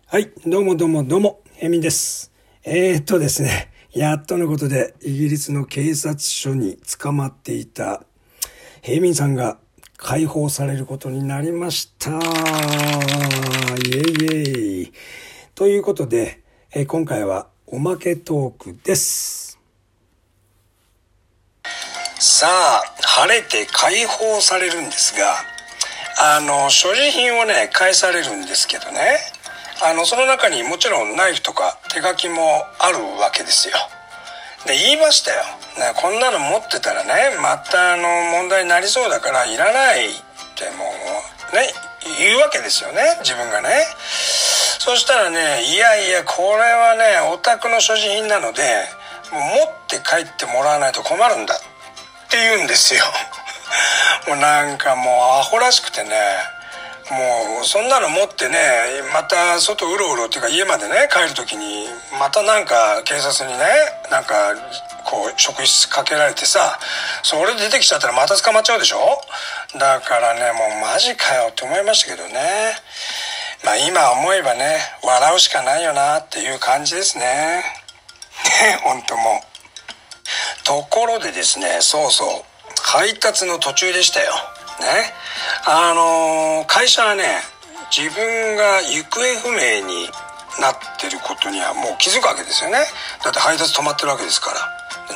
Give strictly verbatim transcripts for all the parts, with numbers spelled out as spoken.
はい、どうもどうもどうも、ヘミです。えーっとですね、やっとのことでイギリスの警察署に捕まっていたヘミさんが解放されることになりました。イエイイエイ。ということで、えー今回はおまけトークです。さあ、晴れて解放されるんですが、あの、所持品をね、返されるんですけどね、あの、その中にもちろんナイフとか手書きもあるわけですよ。で、言いましたよ。ね、こんなの持ってたらね、またあの、問題になりそうだからいらないってもう、ね、言うわけですよね、自分がね。そしたらね、いやいや、これはね、お宅の所持品なので、もう持って帰ってもらわないと困るんだって言うんですよ。もうなんかもうアホらしくてね、もうそんなの持ってね、また外うろうろっていうか家までね帰る時にまたなんか警察にねなんかこう職質かけられてさ、それ出てきちゃったらまた捕まっちゃうでしょ。だからね、もうマジかよって思いましたけどね。まあ今思えばね、笑うしかないよなっていう感じですね。ね、本当もう。ところでですね、そうそう、配達の途中でしたよ。ね、あのー、会社はね、自分が行方不明になってることにはもう気づくわけですよね。だって配達止まってるわけですから。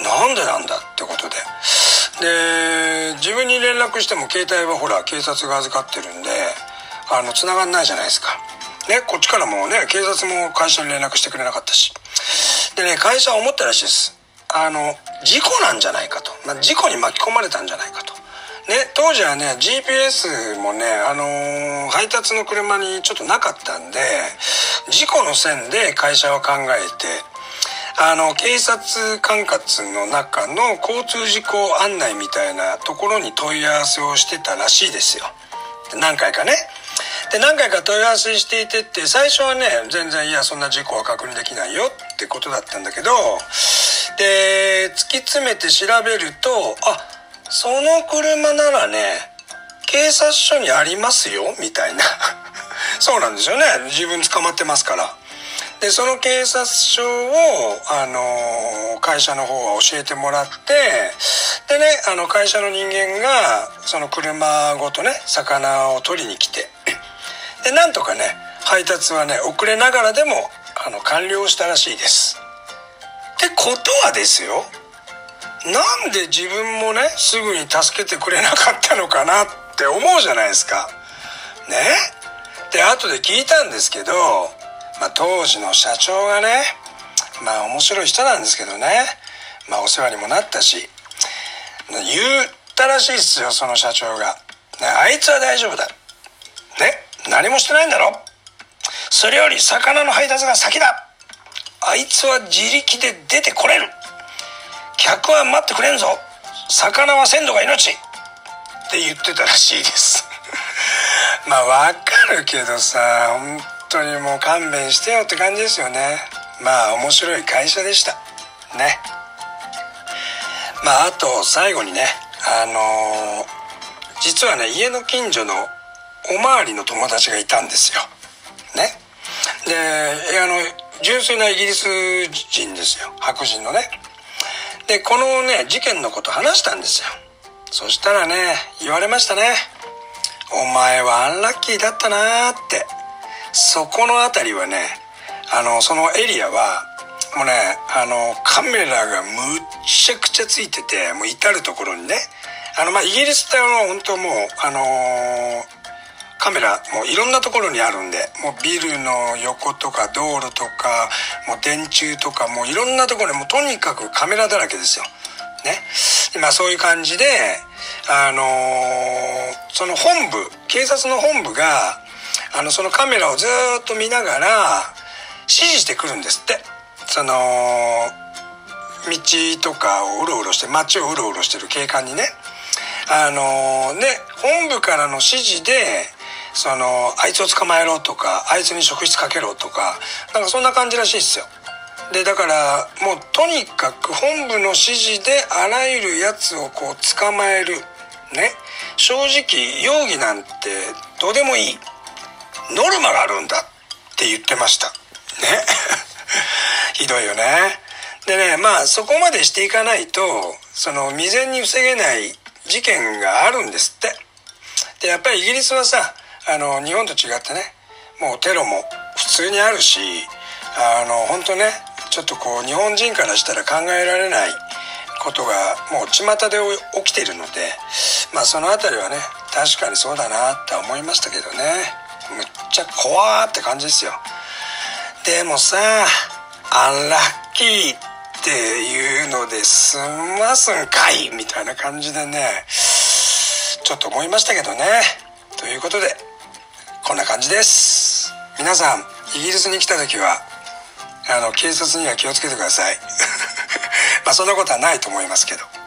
なんでなんだってことで。で、自分に連絡しても携帯はほら警察が預かってるんで、あの、繋がんないじゃないですか。ね、こっちからもね、警察も会社に連絡してくれなかったし。でね、会社は思ったらしいです。あの、事故なんじゃないかと。まあ、事故に巻き込まれたんじゃないかと。ね、当時はね ジーピーエス もね、あのー、配達の車にちょっとなかったんで、事故の線で会社は考えて、あの警察管轄の中の交通事故案内みたいなところに問い合わせをしてたらしいですよ。何回かね。で、何回か問い合わせしていてって、最初はね全然いやそんな事故は確認できないよってことだったんだけど、で突き詰めて調べると、あ、その車ならね、警察署にありますよ、みたいな。そうなんですよね。自分捕まってますから。で、その警察署を、あのー、会社の方は教えてもらって、でね、あの、会社の人間が、その車ごとね、魚を取りに来て、で、なんとかね、配達はね、遅れながらでも、あの、完了したらしいです。ってことはですよ、なんで自分もねすぐに助けてくれなかったのかなって思うじゃないですかね。で、後で聞いたんですけど、まあ、当時の社長がね、まあ面白い人なんですけどね、まあお世話にもなったし、言ったらしいっすよ、その社長が、ね、あいつは大丈夫だね、何もしてないんだろ、それより魚の配達が先だ、あいつは自力で出てこれる、客は待ってくれんぞ、魚は鮮度が命って言ってたらしいですまあわかるけどさ、本当にもう勘弁してよって感じですよね。まあ面白い会社でしたね。まああと最後にね、あのー、実はね、家の近所のおまわりの友達がいたんですよね。で、あの純粋なイギリス人ですよ、白人のね。で、このね、事件のこと話したんですよ。そしたらね、言われましたね。お前はアンラッキーだったなーって。そこのあたりはね、あの、そのエリアは、もうね、あの、カメラがむっちゃくちゃついてて、もう至るところにね、あの、まあ、イギリスってあの、本当もう、あのー、カメラもういろんなところにあるんで、もうビルの横とか道路とかもう電柱とかもういろんなところにもうとにかくカメラだらけですよね。まあそういう感じで、あのー、その本部、警察の本部があのそのカメラをずっと見ながら指示してくるんですって。その道とかをうろうろして、街をうろうろしてる警官にね、あのー、ね、本部からの指示でそのあいつを捕まえろとか、あいつに職質かけろとか、なんかそんな感じらしいですよ。で、だからもうとにかく本部の指示であらゆるやつをこう捕まえるね。正直容疑なんてどうでもいい、ノルマがあるんだっって言ってましたね。ひどいよね。でね、まあそこまでしていかないとその未然に防げない事件があるんですって。でやっぱりイギリスはさ、あの日本と違ってね、もうテロも普通にあるし、あの本当ね、ちょっとこう日本人からしたら考えられないことがもう巷で起きているので、まあそのあたりはね、確かにそうだなって思いましたけどね。むっちゃ怖ーって感じですよ。でもさ、アンラッキーっていうので済ますんかいみたいな感じでね、ちょっと思いましたけどね。ということでこんな感じです。皆さんイギリスに来た時はあの警察には気をつけてください。まあそんなことはないと思いますけど。